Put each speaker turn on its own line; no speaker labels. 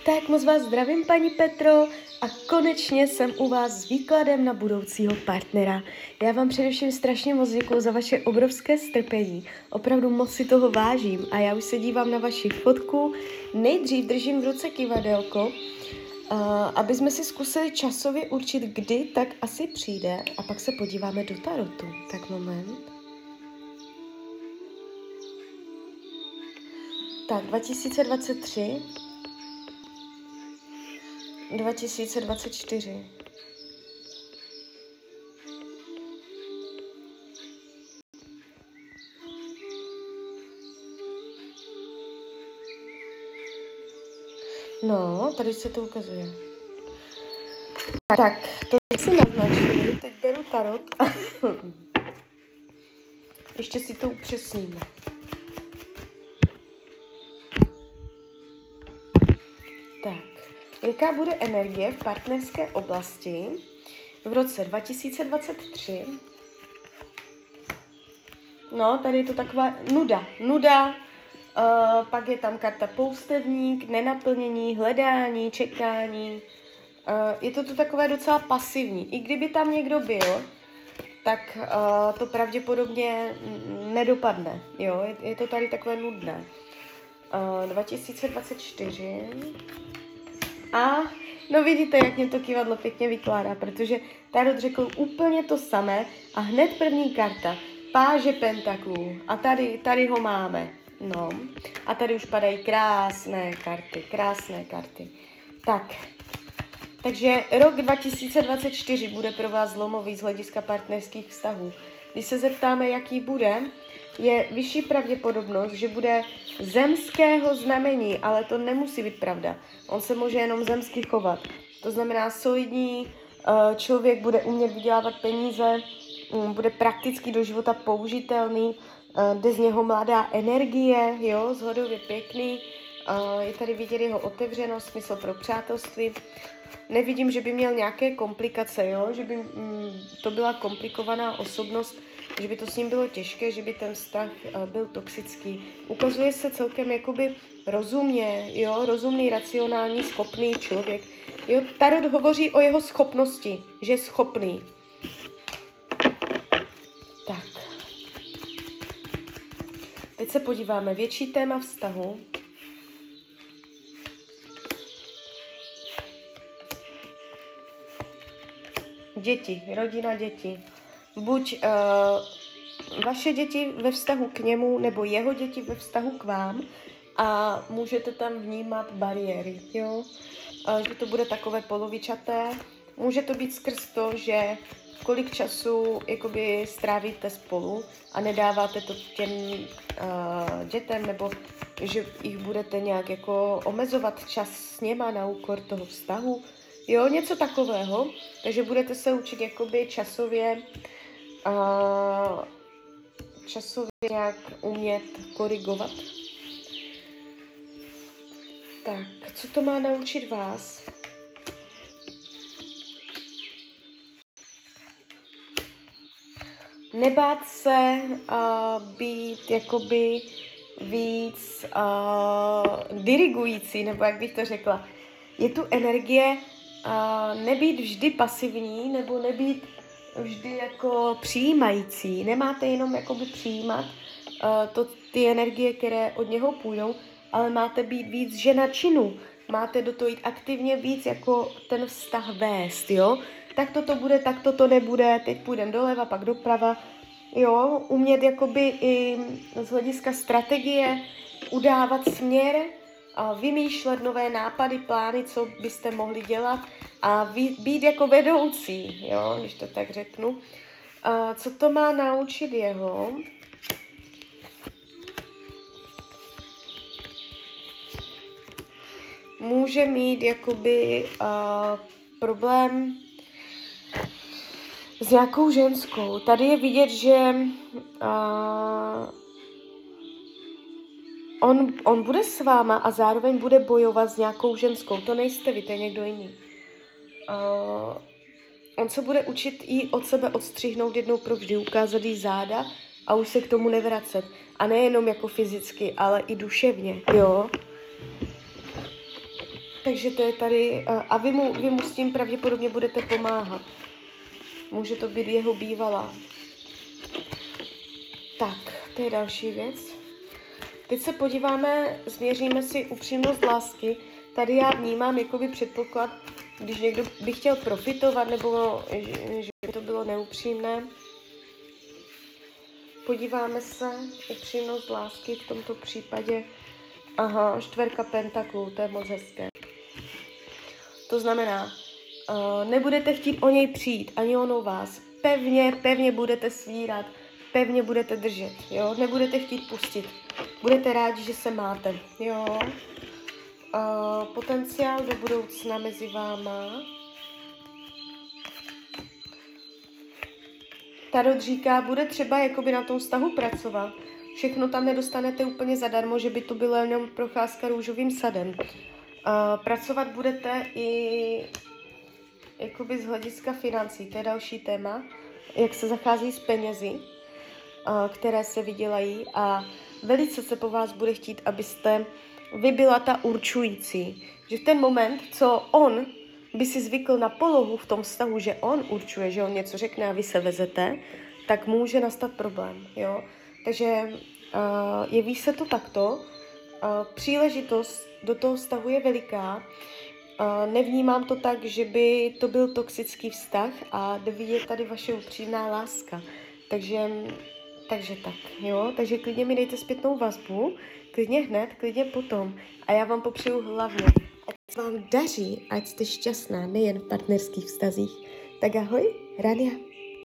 Tak moc vás zdravím, paní Petro, a konečně jsem u vás s výkladem na budoucího partnera. Já vám především strašně moc děkuju za vaše obrovské strpení. Opravdu moc si toho vážím a já už se dívám na vaši fotku. Nejdřív držím v ruce kivadelko, aby jsme si zkusili časově určit, kdy tak asi přijde, a pak se podíváme do tarotu. Tak moment. Tak 2023, 2024. No, tady se to ukazuje. Tak, to si naznačili, teď beru tarot. Ještě si to upřesníme. Tak, jaká bude energie v partnerské oblasti v roce 2023? No, tady je to taková nuda. Pak je tam karta poustevník, nenaplnění, hledání, čekání. Je to takové docela pasivní. I kdyby tam někdo byl, tak to pravděpodobně nedopadne. Jo? Je to tady takové nudné. 2024. A no vidíte, jak mě to kivadlo pěkně vykládá, protože tarot řekl úplně to samé a hned první karta. Páže pentaklů. A tady ho máme. No. A tady už padají krásné karty. Tak. Takže rok 2024 bude pro vás zlomový z hlediska partnerských vztahů. Když se zeptáme, jaký bude, je vyšší pravděpodobnost, že bude zemského znamení, ale to nemusí být pravda. On se může jenom zemsky chovat. To znamená solidní člověk, bude umět vydělávat peníze, bude prakticky do života použitelný, jde z něho mladá energie, jo, zhodově pěkný, je tady vidět jeho otevřenost, smysl pro přátelství. Nevidím, že by měl nějaké komplikace, jo, že by to byla komplikovaná osobnost, že by to s ním bylo těžké, že by ten vztah byl toxický. Ukazuje se celkem jakoby rozumně, jo, rozumný, racionální, schopný člověk. Jo, tarot hovoří o jeho schopnosti, že je schopný. Tak. Teď se podíváme. Větší téma vztahu. Děti, rodina, děti. Buď vaše děti ve vztahu k němu, nebo jeho děti ve vztahu k vám a můžete tam vnímat bariéry, jo? Že to bude takové polovičaté. Může to být skrz to, že kolik času jakoby strávíte spolu a nedáváte to těm dětem, nebo že jich budete nějak jako omezovat čas s něma na úkor toho vztahu. Jo, něco takového. Takže budete se učit jakoby časově nějak umět korigovat. Tak, co to má naučit vás? Nebát se být jakoby víc dirigující, nebo jak bych to řekla. Je tu energie nebýt vždy pasivní, nebo nebýt vždy jako přijímající. Nemáte jenom jakoby přijímat ty energie, které od něho půjdou, ale máte být víc žena činu. Máte do toho jít aktivně víc jako ten vztah vést, jo? Tak toto bude, tak toto nebude, teď půjdeme doleva, pak doprava. Jo, umět jakoby i z hlediska strategie udávat směr, a vymýšlet nové nápady, plány, co byste mohli dělat a být jako vedoucí, jo, když to tak řeknu. Co to má naučit jeho? Může mít jakoby problém s nějakou ženskou. Tady je vidět, že on bude s váma a zároveň bude bojovat s nějakou ženskou. To nejste vy, to je někdo jiný. On se bude učit jí od sebe odstřihnout jednou provždy, ukázat jí záda a už se k tomu nevracet. A nejenom jako fyzicky, ale i duševně, jo. Takže to je tady, a vy mu s tím pravděpodobně budete pomáhat. Může to být jeho bývalá. Tak, to je další věc. Teď se podíváme, změříme si upřímnost lásky. Tady já vnímám jakoby předpoklad, když někdo by chtěl profitovat, nebo že by to bylo neupřímné. Podíváme se, upřímnost lásky v tomto případě. Aha, 4 pentaklů, to je moc hezké. To znamená, nebudete chtít o něj přijít, ani on o vás. Pevně budete svírat, pevně budete držet, jo? Nebudete chtít pustit. Budete rádi, že se máte, jo? Potenciál do budoucna mezi váma. Tarot říká, bude třeba jakoby na tom vztahu pracovat. Všechno tam nedostanete úplně zadarmo, že by to bylo jenom procházka růžovým sadem. Pracovat budete i jakoby z hlediska financí, to je další téma, jak se zachází s penězi, které se vydělají, a velice se po vás bude chtít, abyste vy byla ta určující. Že v ten moment, co on by si zvykl na polohu v tom vztahu, že on určuje, že on něco řekne a vy se vezete, tak může nastat problém. Jo? Takže jeví se to takto. Příležitost do toho vztahu je veliká. Nevnímám to tak, že by to byl toxický vztah, a je tady vaše upřímná láska. Takže tak, jo. Takže klidně mi dejte zpětnou vazbu, klidně hned, klidně potom. A já vám popřeju hlavně, ať se vám daří, ať jste šťastná, nejen v partnerských vztazích. Tak ahoj, Rania.